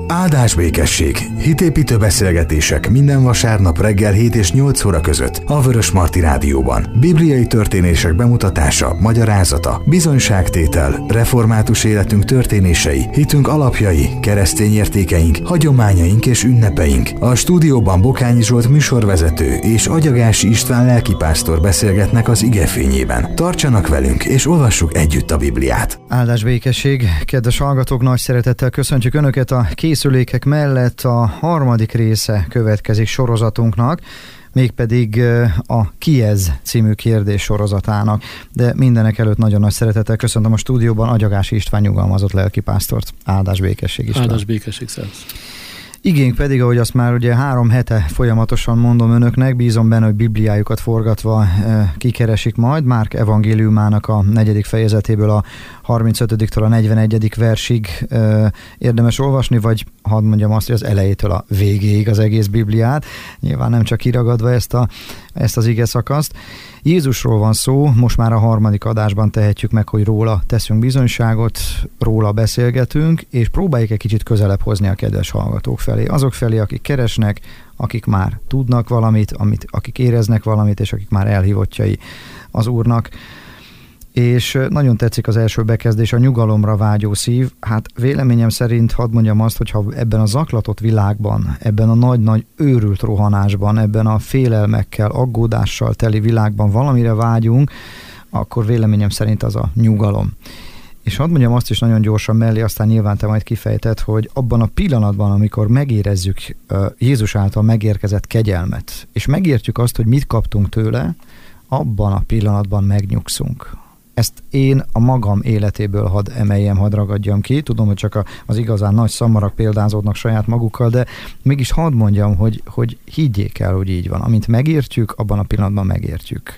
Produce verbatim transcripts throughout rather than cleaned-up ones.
Áldás békesség. Hitépítő beszélgetések minden vasárnap reggel hét és nyolc óra között a Vörösmarty Rádióban. Bibliai történések bemutatása, magyarázata, bizonyságtétel, református életünk történései, hitünk alapjai, keresztény értékeink, hagyományaink és ünnepeink. A stúdióban Bokányi Zsolt műsorvezető és Agyagási István lelkipásztor beszélgetnek az igefényében. Tartsanak velünk és olvassuk együtt a Bibliát. Áldás békesség. Kedves hallgatók, nagy szeretettel köszöntjük Önöket a készülékek mellett. A harmadik része következik sorozatunknak, mégpedig a Ki ez című kérdés sorozatának. De mindenek előtt nagyon nagy szeretettel köszöntöm a stúdióban Agyagási István nyugalmazott lelkipásztort. Áldás békesség, István. Áldás békesség, szervusz. Igénk pedig, ahogy azt már ugye három hete folyamatosan mondom önöknek, bízom benne, hogy Bibliájukat forgatva e, kikeresik majd. Márk evangéliumának a negyedik fejezetéből a harmincötödiktől a negyvenegyedik versig e, érdemes olvasni, vagy hadd mondjam azt, hogy az elejétől a végéig az egész Bibliát. Nyilván nem csak kiragadva ezt, a, ezt az ige szakaszt. Jézusról van szó, most már a harmadik adásban tehetjük meg, hogy róla teszünk bizonyságot, róla beszélgetünk, és próbáljuk egy kicsit közelebb hozni a kedves hallgatók felé. Azok felé, akik keresnek, akik már tudnak valamit, amit, akik éreznek valamit, és akik már elhívottjai az Úrnak. És nagyon tetszik az első bekezdés, a nyugalomra vágyó szív. Hát véleményem szerint hadd mondjam azt, hogyha ebben a zaklatott világban, ebben a nagy-nagy őrült rohanásban, ebben a félelmekkel, aggódással teli világban valamire vágyunk, akkor véleményem szerint az a nyugalom. És hadd mondjam azt is nagyon gyorsan mellé, aztán nyilván te majd kifejted, hogy abban a pillanatban, amikor megérezzük Jézus által megérkezett kegyelmet, és megértjük azt, hogy mit kaptunk tőle, abban a pillanatban megnyugszunk. Ezt én a magam életéből hadd emeljem, hadd ragadjam ki. Tudom, hogy csak az igazán nagy szamarak példázódnak saját magukkal, de mégis hadd mondjam, hogy, hogy higgyék el, hogy így van. Amint megértjük, abban a pillanatban megértjük.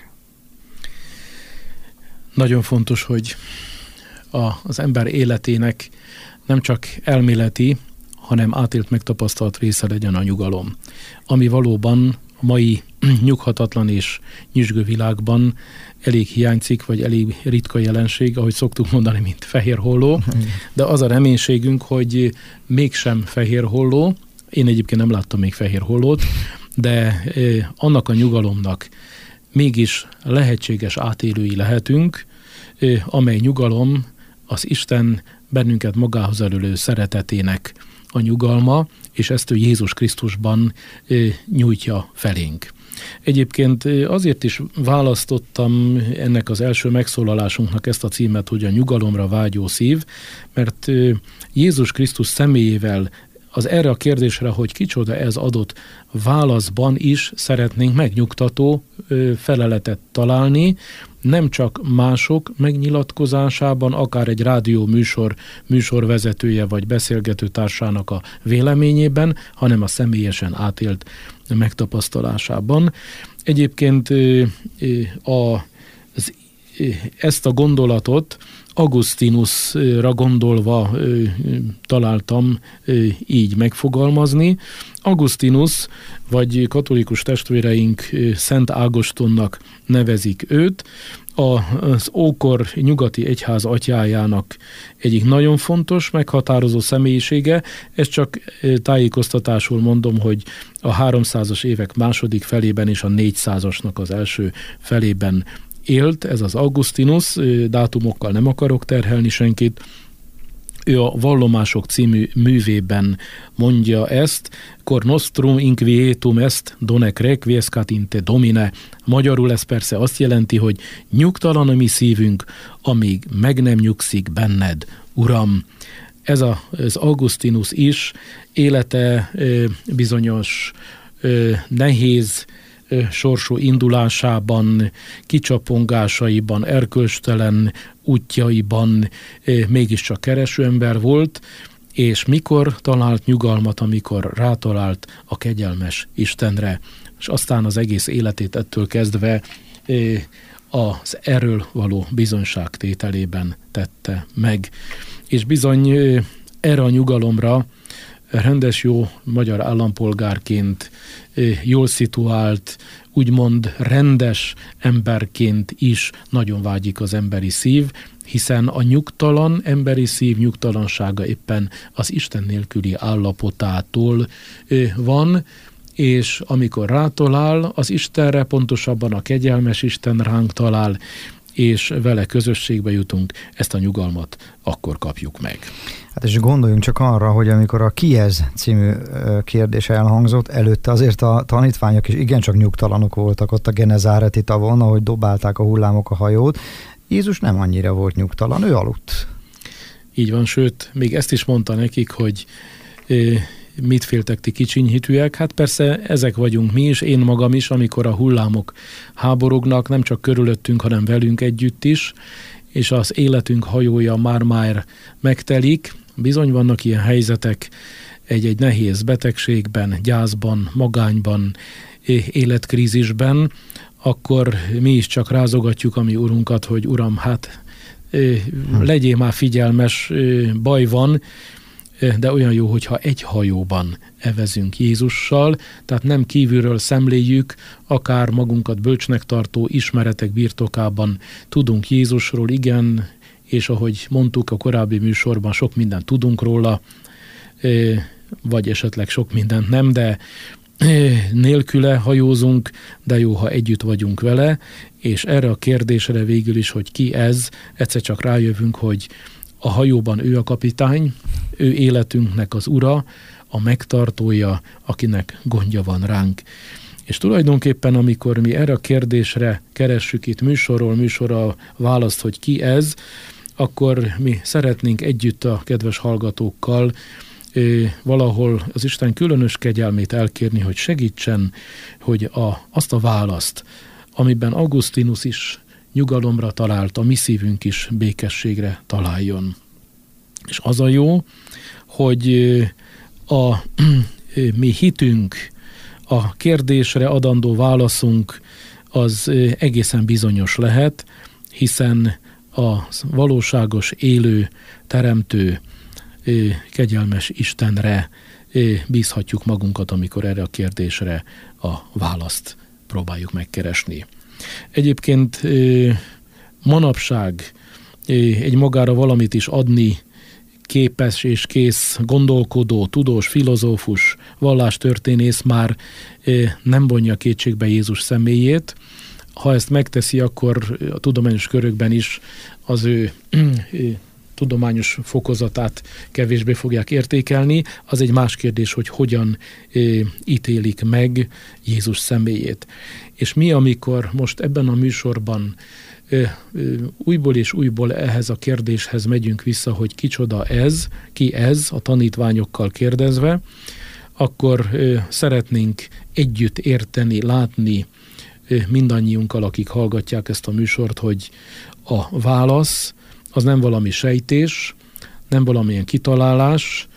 Nagyon fontos, hogy a, az ember életének nem csak elméleti, hanem átélt megtapasztalt része legyen a nyugalom, ami valóban a mai nyughatatlan és nyüzsgő világban elég hiányzik, vagy elég ritka jelenség, ahogy szoktuk mondani, mint fehér holló, de az a reménységünk, hogy mégsem fehér holló. Én egyébként nem láttam még fehér hollót, de annak a nyugalomnak mégis lehetséges átélői lehetünk, amely nyugalom az Isten bennünket magához ölelő szeretetének a nyugalma, és ezt ő Jézus Krisztusban nyújtja felénk. Egyébként azért is választottam ennek az első megszólalásunknak ezt a címet, hogy a nyugalomra vágyó szív, mert Jézus Krisztus személyével az erre a kérdésre, hogy kicsoda ez adott válaszban is szeretnénk megnyugtató feleletet találni, nem csak mások megnyilatkozásában, akár egy rádió műsor műsorvezetője vagy beszélgető társának a véleményében, hanem a személyesen átélt megtapasztalásában. Egyébként a, ezt a gondolatot Augustinusra gondolva ö, találtam ö, így megfogalmazni. Augustinus, vagy katolikus testvéreink ö, Szent Ágostonnak nevezik őt, az ókor nyugati egyház atyájának egyik nagyon fontos, meghatározó személyisége. Ezt csak tájékoztatásul mondom, hogy a háromszázas évek második felében és a négyszázasnak az első felében élt, ez az Augustinus, dátumokkal nem akarok terhelni senkit. Ő a Vallomások című művében mondja ezt: Cor nostrum inquietum est donec requiescat in te Domine. Magyarul ez persze azt jelenti, hogy nyugtalan a mi szívünk, amíg meg nem nyugszik benned, Uram. Ez a, az Augustinus is élete bizonyos nehéz sorsú indulásában, kicsapongásaiban, erkölcstelen útjaiban mégiscsak keresőember volt, és mikor talált nyugalmat, amikor rátalált a kegyelmes Istenre, és aztán az egész életét ettől kezdve az erről való bizonyságtételében tette meg. És bizony erre a nyugalomra rendes, jó magyar állampolgárként, jól szituált, úgymond rendes emberként is nagyon vágyik az emberi szív, hiszen a nyugtalan emberi szív nyugtalansága éppen az Isten nélküli állapotától van, és amikor rátalál az Istenre, pontosabban a kegyelmes Isten ránk talál, és vele közösségbe jutunk, ezt a nyugalmat akkor kapjuk meg. Hát és gondoljunk csak arra, hogy amikor a ki ez című kérdés elhangzott, előtte azért a tanítványok is igencsak nyugtalanok voltak ott a Genezáreti tavon, ahogy dobálták a hullámok a hajót. Jézus nem annyira volt nyugtalan, ő aludt. Így van, sőt, még ezt is mondta nekik, hogy mit féltek ti kicsinyhitűek? Hát persze ezek vagyunk mi is, én magam is, amikor a hullámok háborognak, nem csak körülöttünk, hanem velünk együtt is, és az életünk hajója már-már megtelik. Bizony vannak ilyen helyzetek egy-egy nehéz betegségben, gyászban, magányban, életkrízisben, akkor mi is csak rázogatjuk a mi Urunkat, hogy Uram, hát legyél már figyelmes, baj van, de olyan jó, hogyha egy hajóban evezünk Jézussal, tehát nem kívülről szemléljük, akár magunkat bölcsnek tartó ismeretek birtokában tudunk Jézusról, igen, és ahogy mondtuk a korábbi műsorban, sok mindent tudunk róla, vagy esetleg sok mindent nem, de nélküle hajózunk, de jó, ha együtt vagyunk vele, és erre a kérdésre végül is, hogy ki ez, egyszer csak rájövünk, hogy a hajóban ő a kapitány, ő életünknek az ura, a megtartója, akinek gondja van ránk. És tulajdonképpen, amikor mi erre a kérdésre keressük itt műsorról műsorra választ, hogy ki ez, akkor mi szeretnénk együtt a kedves hallgatókkal valahol az Isten különös kegyelmét elkérni, hogy segítsen, hogy a, azt a választ, amiben Augustinus is nyugalomra talált, a mi szívünk is békességre találjon. És az a jó, hogy a mi hitünk, a kérdésre adandó válaszunk az egészen bizonyos lehet, hiszen a valóságos, élő, teremtő, kegyelmes Istenre bízhatjuk magunkat, amikor erre a kérdésre a választ próbáljuk megkeresni. Egyébként manapság egy magára valamit is adni képes és kész gondolkodó, tudós, filozófus, vallástörténész már nem vonja kétségbe Jézus személyét. Ha ezt megteszi, akkor a tudományos körökben is az ő tudományos fokozatát kevésbé fogják értékelni. Az egy más kérdés, hogy hogyan ítélik meg Jézus személyét. És mi, amikor most ebben a műsorban újból és újból ehhez a kérdéshez megyünk vissza, hogy kicsoda ez, ki ez, a tanítványokkal kérdezve, akkor szeretnénk együtt érteni, látni mindannyiunkkal, akik hallgatják ezt a műsort, hogy a válasz az nem valami sejtés, nem valamilyen kitalálás,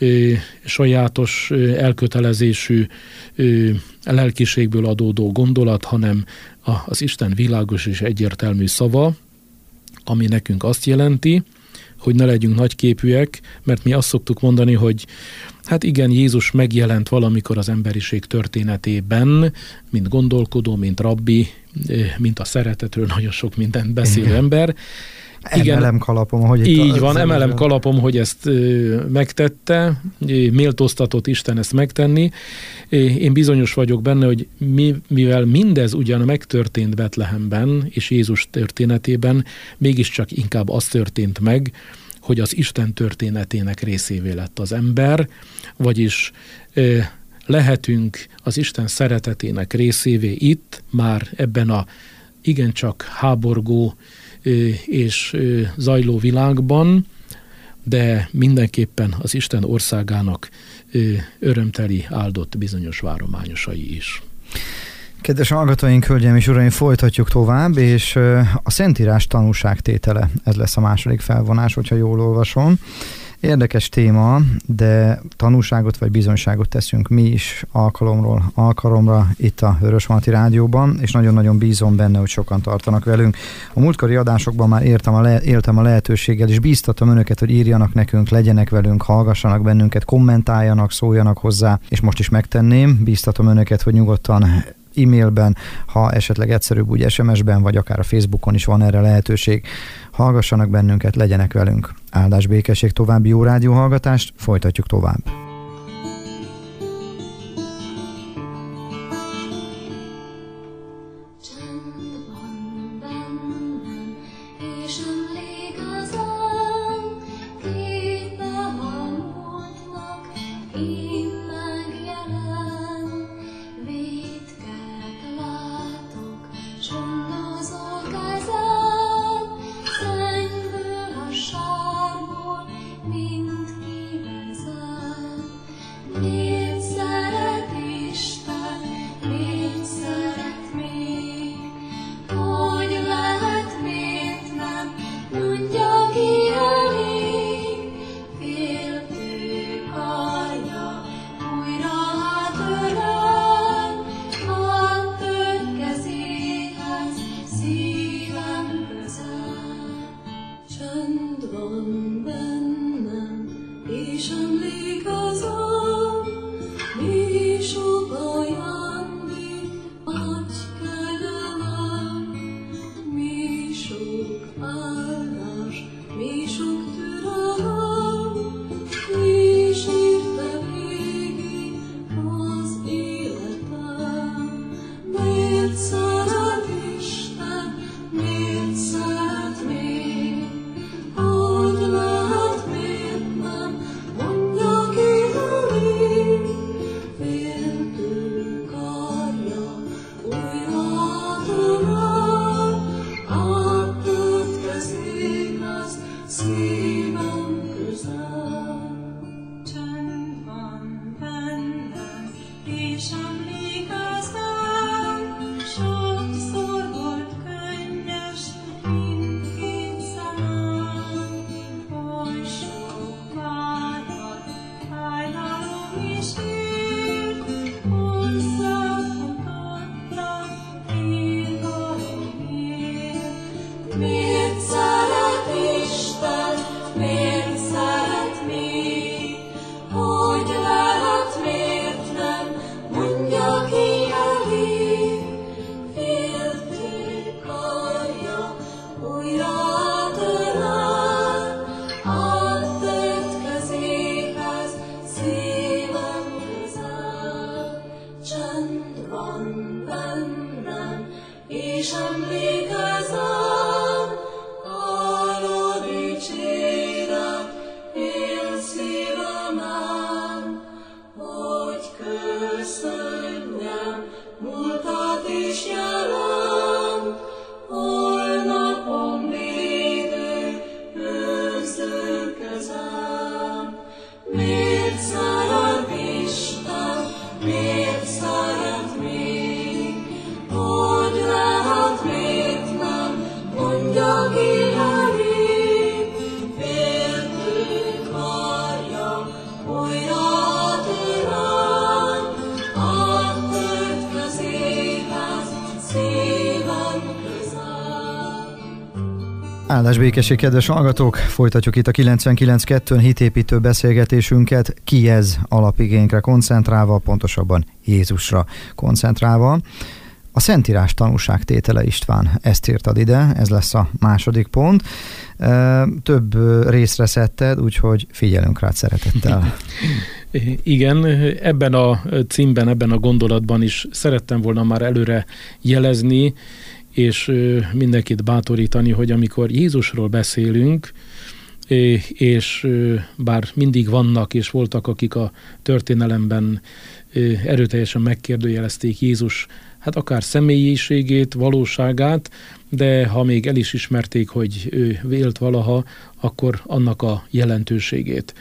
sajátos elkötelezésű lelkiségből adódó gondolat, hanem az Isten világos és egyértelmű szava, ami nekünk azt jelenti, hogy ne legyünk nagyképűek, mert mi azt szoktuk mondani, hogy hát igen, Jézus megjelent valamikor az emberiség történetében, mint gondolkodó, mint rabbi, mint a szeretetről nagyon sok mindent beszélő ember. Igen, emelem kalapom, hogy így itt van, emelem kalapom, hogy ezt ö, megtette, méltóztatott Isten ezt megtenni. Én bizonyos vagyok benne, hogy mi, mivel mindez ugyan megtörtént Betlehemben és Jézus történetében, mégiscsak inkább az történt meg, hogy az Isten történetének részévé lett az ember, vagyis ö, lehetünk az Isten szeretetének részévé itt, már ebben a igencsak háborgó és zajló világban, de mindenképpen az Isten országának örömteli, áldott bizonyos várományosai is. Kedves hallgatóink, hölgyeim és uraim, folytatjuk tovább, és a Szentírás tanúságtétele, ez lesz a második felvonás, hogyha jól olvasom. Érdekes téma, de tanúságot vagy bizonyságot teszünk mi is alkalomról alkalomra itt a Vörösmarty Rádióban, és nagyon-nagyon bízom benne, hogy sokan tartanak velünk. A múltkori adásokban már értem a le- éltem a lehetőséggel, és bíztatom önöket, hogy írjanak nekünk, legyenek velünk, hallgassanak bennünket, kommentáljanak, szóljanak hozzá, és most is megtenném. Bíztatom önöket, hogy nyugodtan e-mailben, ha esetleg egyszerűbb úgy es em es-ben, vagy akár a Facebookon is van erre lehetőség. Hallgassanak bennünket, legyenek velünk. Áldás, békesség, további jó rádióhallgatást, folytatjuk tovább. Áldás, békesség, kedves hallgatók! Folytatjuk itt a kilencvenkilenc kettőn hitépítő beszélgetésünket, ki ez alapigényekre koncentrálva, pontosabban Jézusra koncentrálva. A Szentírás tanúságtétele, István, ezt írtad ide, ez lesz a második pont. Több részre szedted, úgyhogy figyelünk rád szeretettel. Igen, ebben a címben, ebben a gondolatban is szerettem volna már előre jelezni, és mindenkit bátorítani, hogy amikor Jézusról beszélünk, és bár mindig vannak és voltak, akik a történelemben erőteljesen megkérdőjelezték Jézus, hát akár személyiségét, valóságát, de ha még el is ismerték, hogy ő élt valaha, akkor annak a jelentőségét.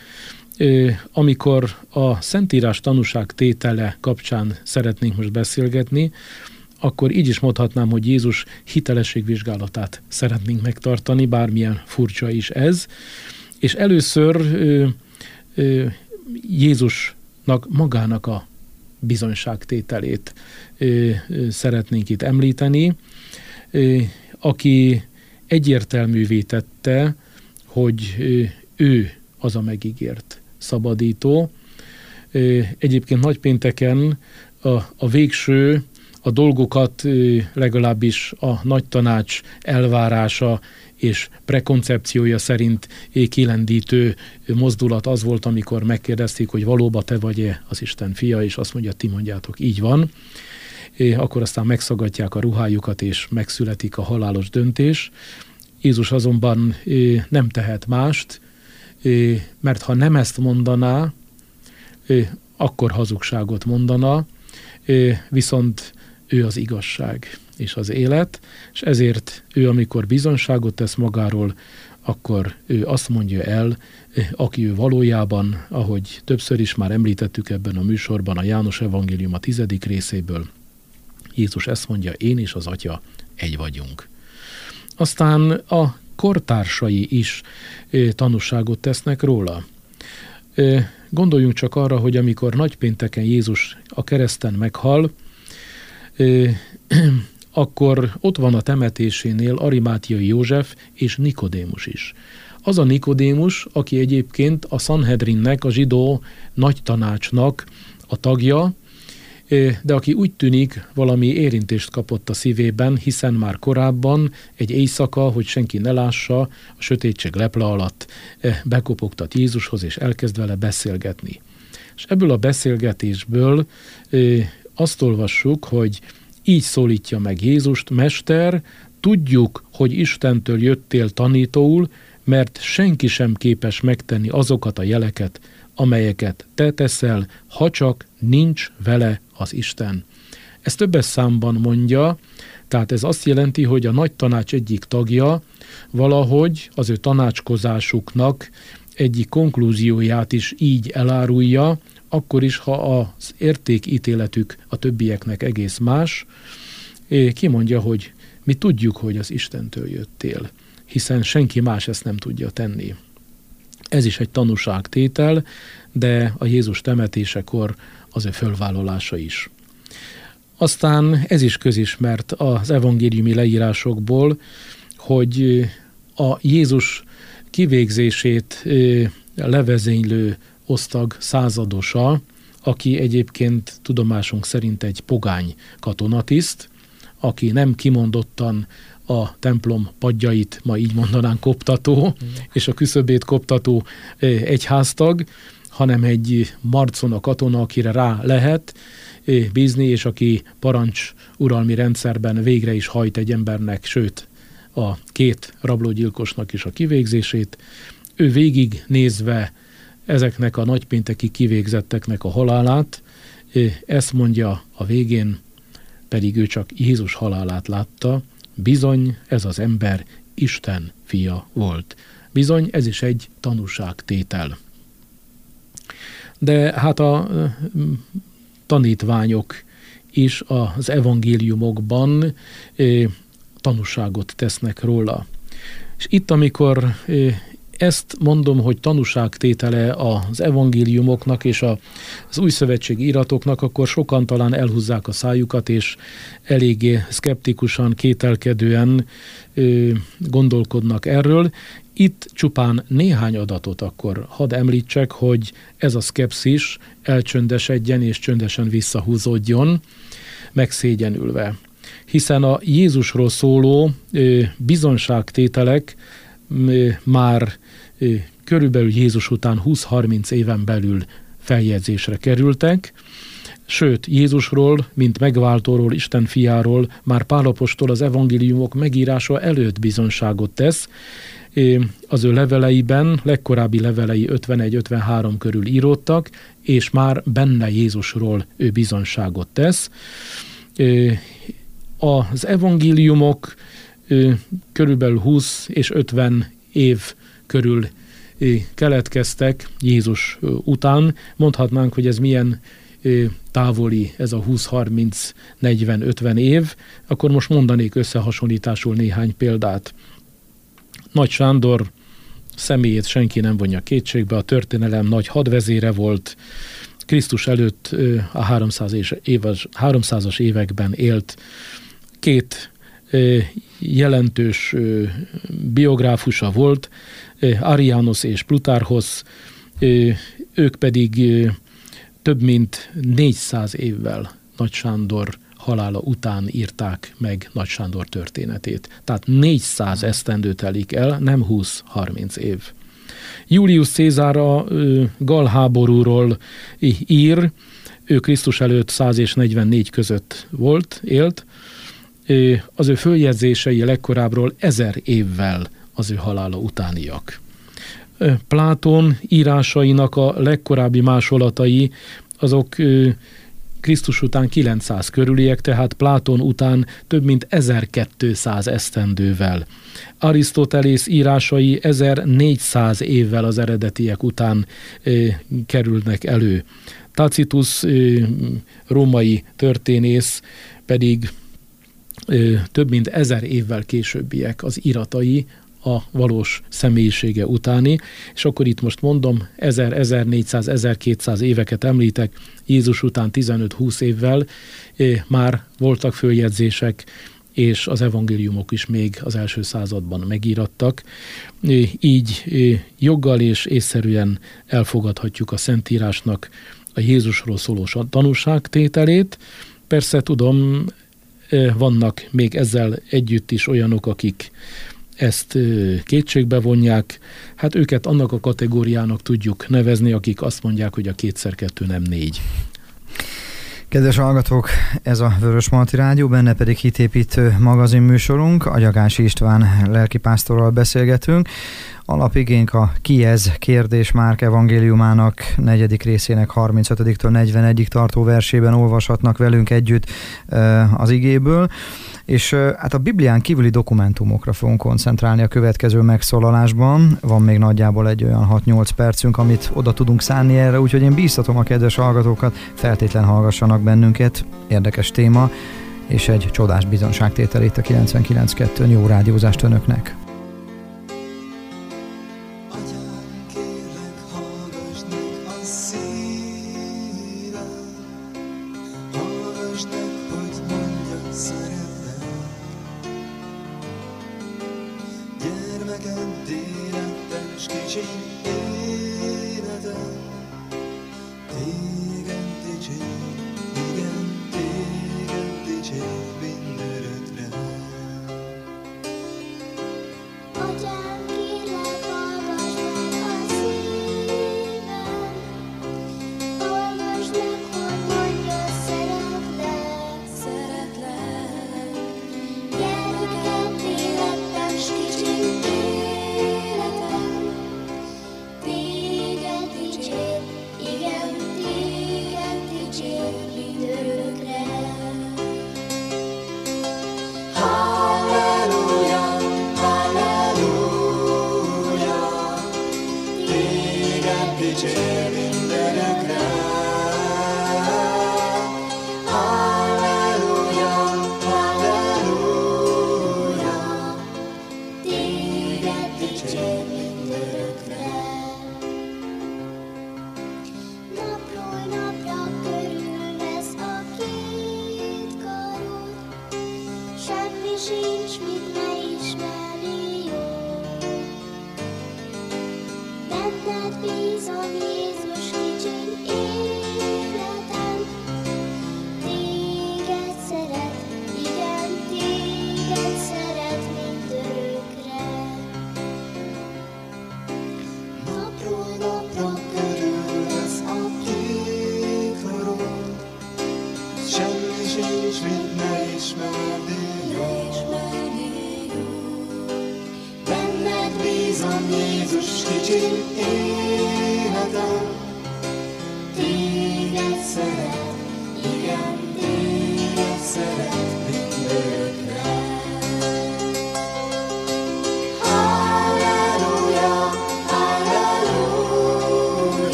Amikor a Szentírás tanúságtétele kapcsán szeretnénk most beszélgetni, akkor így is mondhatnám, hogy Jézus hitelességvizsgálatát szeretnénk megtartani, bármilyen furcsa is ez. És először ö, ö, Jézusnak magának a bizonyságtételét ö, ö, szeretnénk itt említeni, ö, aki egyértelművé tette, hogy ö, ő az a megígért szabadító. Ö, egyébként nagypénteken a, a végső, a dolgokat ö, legalábbis a nagy tanács elvárása és prekoncepciója szerint kilendítő mozdulat az volt, amikor megkérdezték, hogy valóban te vagy-e az Isten fia, és azt mondja, ti mondjátok, így van. Akkor aztán megszagadják a ruhájukat, és megszületik a halálos döntés. Jézus azonban nem tehet mást, mert ha nem ezt mondaná, akkor hazugságot mondana, viszont ő az igazság és az élet, és ezért ő, amikor bizonyságot tesz magáról, akkor ő azt mondja el, aki ő valójában, ahogy többször is már említettük ebben a műsorban, a János evangélium a tizedik részéből, Jézus ezt mondja, én és az Atya egy vagyunk. Aztán a kortársai is tanúságot tesznek róla. Gondoljunk csak arra, hogy amikor nagypénteken Jézus a kereszten meghal, akkor ott van a temetésénél Arimátiai József és Nikodémus is. Az a Nikodémus, aki egyébként a Sanhedrinnek, a zsidó nagytanácsnak a tagja, de aki úgy tűnik valami érintést kapott a szívében, hiszen már korábban egy éjszaka, hogy senki ne lássa, a sötétség leple alatt bekopogtat Jézushoz, és elkezd vele beszélgetni. És ebből a beszélgetésből azt olvassuk, hogy így szólítja meg Jézust, Mester, tudjuk, hogy Istentől jöttél tanítóul, mert senki sem képes megtenni azokat a jeleket, amelyeket te teszel, ha csak nincs vele az Isten. Ezt többes számban mondja, tehát ez azt jelenti, hogy a nagy tanács egyik tagja valahogy az ő tanácskozásuknak egyik konklúzióját is így elárulja, akkor is, ha az értékítéletük a többieknek egész más, kimondja, hogy mi tudjuk, hogy az Istentől jöttél, hiszen senki más ezt nem tudja tenni. Ez is egy tanúságtétel, de a Jézus temetésekor az ő fölvállalása is. Aztán ez is közismert az evangéliumi leírásokból, hogy a Jézus kivégzését levezénylő osztag századosa, aki egyébként tudomásunk szerint egy pogány katonatiszt, aki nem kimondottan a templom padjait, ma így mondanánk, koptató, és a küszöbét koptató egyháztag, hanem egy marcona katona, akire rá lehet bízni, és aki parancs uralmi rendszerben végre is hajt egy embernek, sőt a két rablógyilkosnak is a kivégzését. Ő végig nézve ezeknek a nagypénteki kivégzetteknek a halálát, ezt mondja a végén, pedig ő csak Jézus halálát látta, bizony ez az ember Isten fia volt. Bizony ez is egy tanúságtétel. De hát a tanítványok is az evangéliumokban tanúságot tesznek róla. És itt, amikor ezt mondom, hogy tanúságtétele az evangéliumoknak és az újszövetségi íratoknak, akkor sokan talán elhúzzák a szájukat, és eléggé szkeptikusan, kételkedően ö, gondolkodnak erről. Itt csupán néhány adatot akkor hadd említsek, hogy ez a szkepszis elcsöndesedjen és csöndesen visszahúzódjon, megszégyenülve. Hiszen a Jézusról szóló ö, bizonyságtételek ö, már ö, körülbelül Jézus után húsz-harminc éven belül feljegyzésre kerültek, sőt, Jézusról, mint megváltóról, Isten fiáról már Pál apostol az evangéliumok megírása előtt bizonyságot tesz. Az ő leveleiben, legkorábbi levelei ötvenegy-ötvenhárom körül íródtak, és már benne Jézusról ő bizonyságot tesz. Az evangéliumok körülbelül húsz és ötven év körül keletkeztek Jézus után. Mondhatnánk, hogy ez milyen távoli, ez a húsz-harminc-negyven-ötven év, akkor most mondanék összehasonlításul néhány példát. Nagy Sándor személyét senki nem vonja kétségbe, a történelem nagy hadvezére volt, Krisztus előtt a háromszázas években élt, két jelentős biográfusa volt, Arianus és Plutarchos, ők pedig több mint négyszáz évvel Nagy Sándor halála után írták meg Nagy Sándor történetét. Tehát négyszáz esztendő telik el, nem húsz-harminc év. Julius Cézár a gal háborúról ír, ő Krisztus előtt száz és negyvennégy között volt, élt. Az ő följegyzései legkorábbról ezer évvel az ő halála utániak. Plátón írásainak a legkorábbi másolatai azok Krisztus után kilencszáz körüliek, tehát Plátón után több mint ezerkétszáz esztendővel. Arisztotelész írásai ezernégyszáz évvel az eredetiek után e, kerülnek elő. Tacitus, e, római történész pedig e, több mint ezer évvel későbbiek az iratai a valós személyisége utáni, és akkor itt most mondom, ezer, ezernégyszáz, ezerkétszáz éveket említek, Jézus után tizenöt-húsz évvel eh, már voltak följegyzések, és az evangéliumok is még az első században megírattak. Eh, így eh, joggal és észszerűen elfogadhatjuk a Szentírásnak a Jézusról szóló tanúságtételét. Persze tudom, eh, vannak még ezzel együtt is olyanok, akik ezt kétségbe vonják, hát őket annak a kategóriának tudjuk nevezni, akik azt mondják, hogy a kétszer kettő nem négy. Kedves hallgatók, ez a Vörösmarty Rádió, benne pedig hitépítő magazinműsorunk, Agyagási István lelkipásztorral beszélgetünk. Alapigénk a Ki ez kérdés Márk evangéliumának negyedik részének harmincötödiktől negyvenegyig tartó versében olvashatnak velünk együtt az igéből, és hát a Biblián kívüli dokumentumokra fogunk koncentrálni a következő megszólalásban. Van még nagyjából egy olyan hat-nyolc percünk, amit oda tudunk szánni erre, úgyhogy én bíztatom a kedves hallgatókat, feltétlen hallgassanak bennünket, érdekes téma, és egy csodás bizonságtétel itt a kilencvenkilenc kettőn. Jó rádiózást önöknek!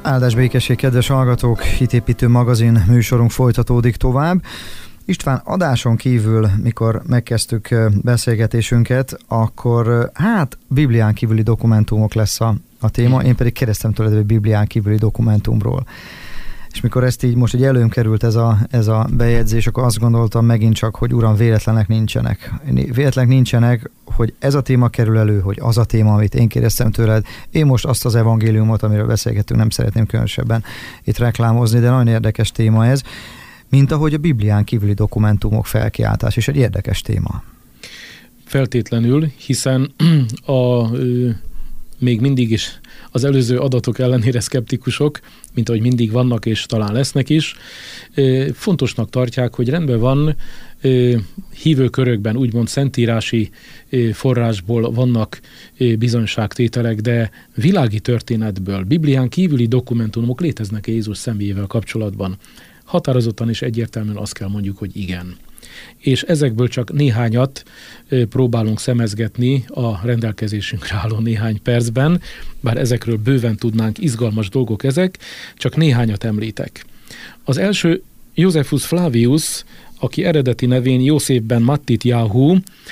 Áldás békesség, kedves hallgatók! Hitépítő magazin műsorunk folytatódik tovább. István, adáson kívül, mikor megkezdtük beszélgetésünket, akkor hát Biblián kívüli dokumentumok lesz a, a téma, én pedig kérdeztem tőled, hogy Biblián kívüli dokumentumról. És mikor ezt így most így előm került ez a, ez a bejegyzés, akkor azt gondoltam megint csak, hogy uram, véletlenek nincsenek. Véletlenek nincsenek, hogy ez a téma kerül elő, hogy az a téma, amit én kérdeztem tőled. Én most azt az evangéliumot, amiről beszélgettünk, nem szeretném különösebben itt reklámozni, de nagyon érdekes téma ez, mint ahogy a Biblián kívüli dokumentumok felkiáltás, és egy érdekes téma. Feltétlenül, hiszen a, még mindig is az előző adatok ellenére szkeptikusok, mint ahogy mindig vannak, és talán lesznek is, fontosnak tartják, hogy rendben van, hívő körökben, úgymond szentírási forrásból vannak bizonyságtételek, de világi történetből, Biblián kívüli dokumentumok léteznek Jézus személyével kapcsolatban. Határozottan és egyértelműen azt kell mondjuk, hogy igen. És ezekből csak néhányat próbálunk szemezgetni a rendelkezésünkre álló néhány percben, bár ezekről bőven tudnánk, izgalmas dolgok ezek, csak néhányat említek. Az első Josephus Flavius, aki eredeti nevén József ben Mattityahu,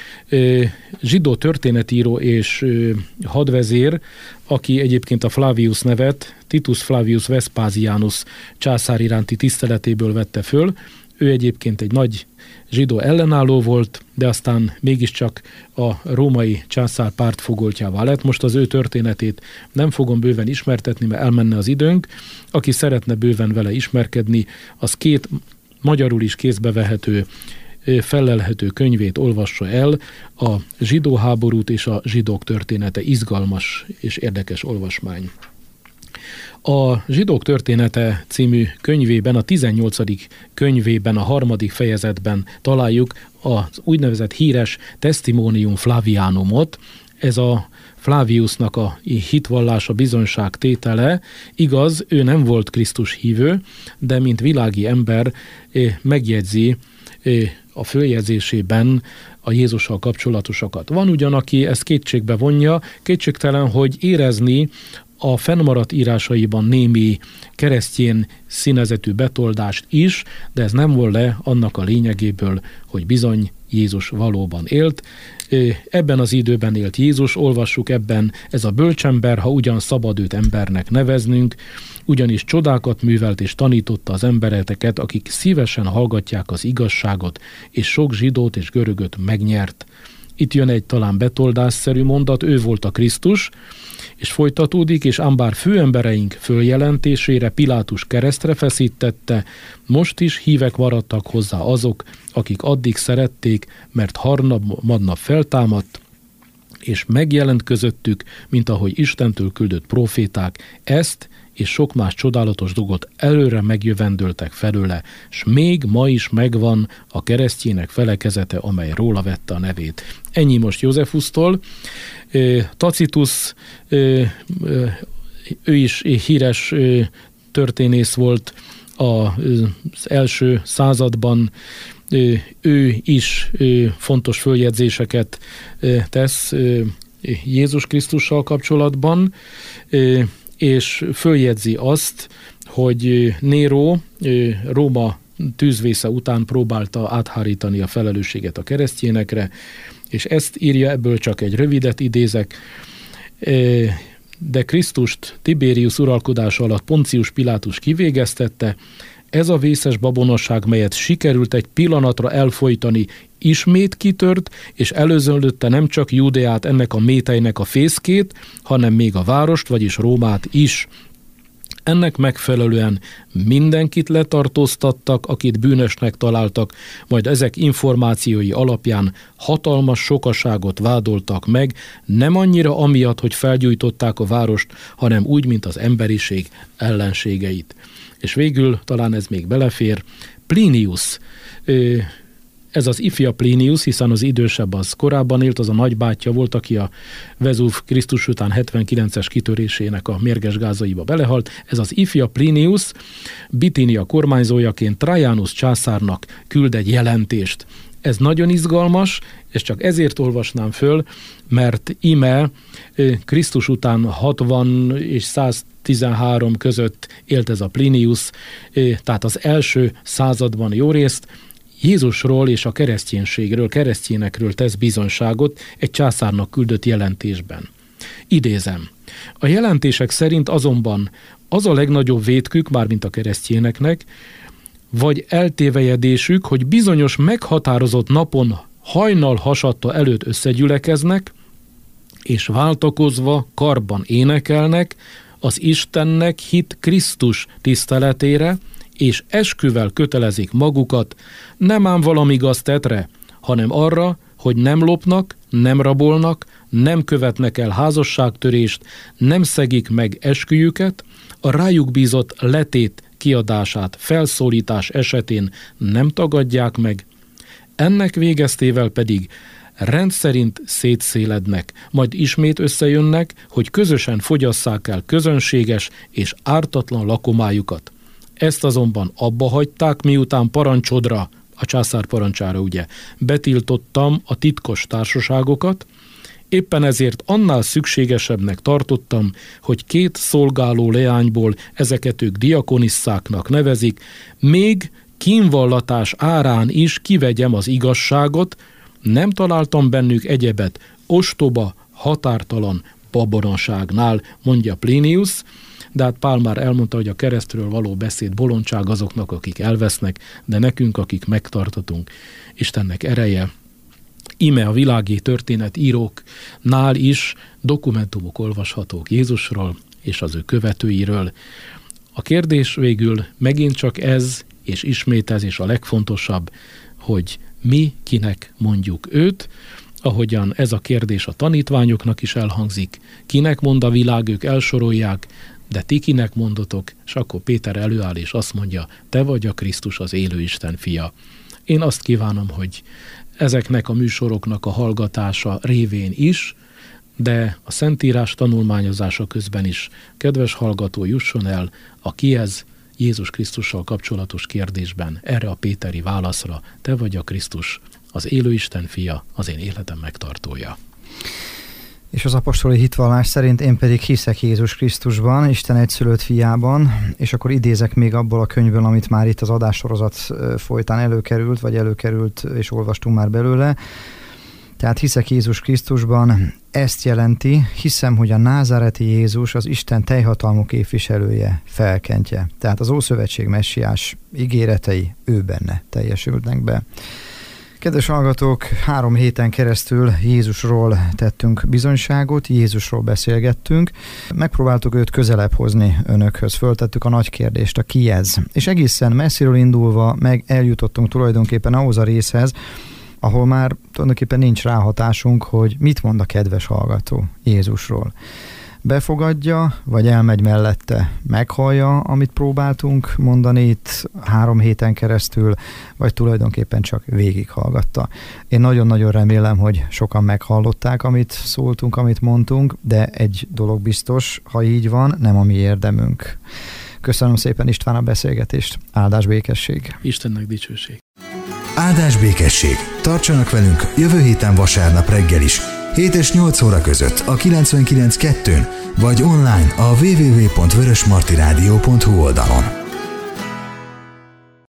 zsidó történetíró és hadvezér, aki egyébként a Flavius nevet Titus Flavius Vespasianus császár iránti tiszteletéből vette föl. Ő egyébként egy nagy zsidó ellenálló volt, de aztán mégiscsak a római császár pártfogoltjává lett. Most az ő történetét nem fogom bőven ismertetni, mert elmenne az időnk. Aki szeretne bőven vele ismerkedni, az két magyarul is kézbe vehető, fellelhető könyvét olvassa el, a zsidó háborút és a zsidók története, izgalmas és érdekes olvasmány. A Zsidók története című könyvében, a tizennyolcadik könyvében, a harmadik fejezetben találjuk az úgynevezett híres Testimonium Flavianumot. Ez a Flaviusnak a hitvallása, bizonyság tétele. Igaz, ő nem volt Krisztus hívő, de mint világi ember megjegyzi a följegyzésében a Jézussal kapcsolatosakat. Van ugyan, aki ezt kétségbe vonja, kétségtelen, hogy érezni a fennmaradt írásaiban némi keresztjén színezetű betoldást is, de ez nem volt le annak a lényegéből, hogy bizony Jézus valóban élt. Ebben az időben élt Jézus, olvassuk ebben, ez a bölcsember, ha ugyan szabad őt embernek neveznünk, ugyanis csodákat művelt és tanította az embereteket, akik szívesen hallgatják az igazságot, és sok zsidót és görögöt megnyert. Itt jön egy talán betoldásszerű mondat, ő volt a Krisztus, és folytatódik, és ám bár főembereink följelentésére Pilátus keresztre feszítette, most is hívek maradtak hozzá azok, akik addig szerették, mert harmadnap feltámadt, és megjelent közöttük, mint ahogy Istentől küldött proféták, ezt és sok más csodálatos dolgot előre megjövendöltek felőle, s még ma is megvan a keresztjének felekezete, amely róla vette a nevét. Ennyi most Józsefusztól. Tacitus, ő is híres történész volt az első században, ő is fontos följegyzéseket tesz Jézus Krisztussal kapcsolatban, és följegyzi azt, hogy Néró Róma tűzvésze után próbálta áthárítani a felelősséget a keresztjénekre, és ezt írja, ebből csak egy rövidet idézek, de Krisztust Tibérius uralkodása alatt Poncius Pilátus kivégeztette, ez a vészes babonosság, melyet sikerült egy pillanatra elfojtani, ismét kitört, és előzönlötte nem csak Júdeát, ennek a métejnek a fészkét, hanem még a várost, vagyis Rómát is. Ennek megfelelően mindenkit letartóztattak, akit bűnösnek találtak, majd ezek információi alapján hatalmas sokaságot vádoltak meg, nem annyira amiatt, hogy felgyújtották a várost, hanem úgy, mint az emberiség ellenségeit. És végül, talán ez még belefér, Plinius, ez az ifja Plinius, hiszen az idősebb az korábban élt, az a nagybátyja volt, aki a Vezúv Krisztus után hetvenkilences kitörésének a mérges gázaiba belehalt. Ez az ifja Plinius Bitínia kormányzójaként Trajanus császárnak küld egy jelentést. Ez nagyon izgalmas, és csak ezért olvasnám föl, mert íme Krisztus után hatvan és száztizenhárom között élt ez a Plinius, tehát az első században jó részt, Jézusról és a kereszténységről, keresztényekről tesz bizonyságot egy császárnak küldött jelentésben. Idézem. A jelentések szerint azonban az a legnagyobb vétkük, mármint a keresztényeknek, vagy eltévejedésük, hogy bizonyos meghatározott napon hajnal hasadta előtt összegyülekeznek, és váltakozva karban énekelnek az Istennek hit Krisztus tiszteletére, és esküvel kötelezik magukat, nem ám valami gaztetre, hanem arra, hogy nem lopnak, nem rabolnak, nem követnek el házasságtörést, nem szegik meg esküjüket, a rájuk bízott letét kiadását felszólítás esetén nem tagadják meg, ennek végeztével pedig rendszerint szétszélednek, majd ismét összejönnek, hogy közösen fogyasszák el közönséges és ártatlan lakomájukat. Ezt azonban abba hagyták, miután parancsodra, a császár parancsára ugye, betiltottam a titkos társaságokat, éppen ezért annál szükségesebbnek tartottam, hogy két szolgáló leányból ezeket ők diakonisszáknak nevezik, még kínvallatás árán is kivegyem az igazságot, nem találtam bennük egyebet ostoba, határtalan babonaságnál, mondja Plinius, de hát Pál már elmondta, hogy a keresztről való beszéd bolondság azoknak, akik elvesznek, de nekünk, akik megtartatunk, Istennek ereje. Íme a világi történetíróknál is dokumentumok olvashatók Jézusról és az ő követőiről. A kérdés végül megint csak ez, és ismét ez, és a legfontosabb, hogy mi kinek mondjuk őt, ahogyan ez a kérdés a tanítványoknak is elhangzik, kinek mond a világ, ők elsorolják, de ti kinek mondotok, és akkor Péter előáll és azt mondja, te vagy a Krisztus, az élő Isten fia. Én azt kívánom, hogy ezeknek a műsoroknak a hallgatása révén is, de a Szentírás tanulmányozása közben is, kedves hallgató, jusson el a ki ez Jézus Krisztussal kapcsolatos kérdésben erre a péteri válaszra, te vagy a Krisztus, az élő Isten fia, az én életem megtartója. És az apostoli hitvallás szerint én pedig hiszek Jézus Krisztusban, Isten egyszülött fiában, és akkor idézek még abból a könyvből, amit már itt az adássorozat folytán előkerült, vagy előkerült, és olvastunk már belőle. Tehát hiszek Jézus Krisztusban, ezt jelenti, hiszem, hogy a názáreti Jézus az Isten teljhatalmú képviselője, felkentje. Tehát az Ószövetség messiás ígéretei ő benne teljesülnek be. Kedves hallgatók, három héten keresztül Jézusról tettünk bizonyságot, Jézusról beszélgettünk, megpróbáltuk őt közelebb hozni önökhöz, föltettük a nagy kérdést, a ki ez. És egészen messziről indulva meg eljutottunk tulajdonképpen ahhoz a részhez, ahol már tulajdonképpen nincs ráhatásunk, hogy mit mond a kedves hallgató Jézusról. Befogadja, vagy elmegy mellette, meghallja, amit próbáltunk mondani itt három héten keresztül, vagy tulajdonképpen csak végighallgatta. Én nagyon-nagyon remélem, hogy sokan meghallották, amit szóltunk, amit mondtunk, de egy dolog biztos, ha így van, nem a mi érdemünk. Köszönöm szépen, István, a beszélgetést. Áldás, békesség. Istennek dicsőség. Áldás, békesség. Tartsanak velünk jövő héten vasárnap reggel is, hét és nyolc óra között a kilencvenkilenc kettőn, vagy online a double-u double-u double-u pont vörösmartyradio pont hu oldalon.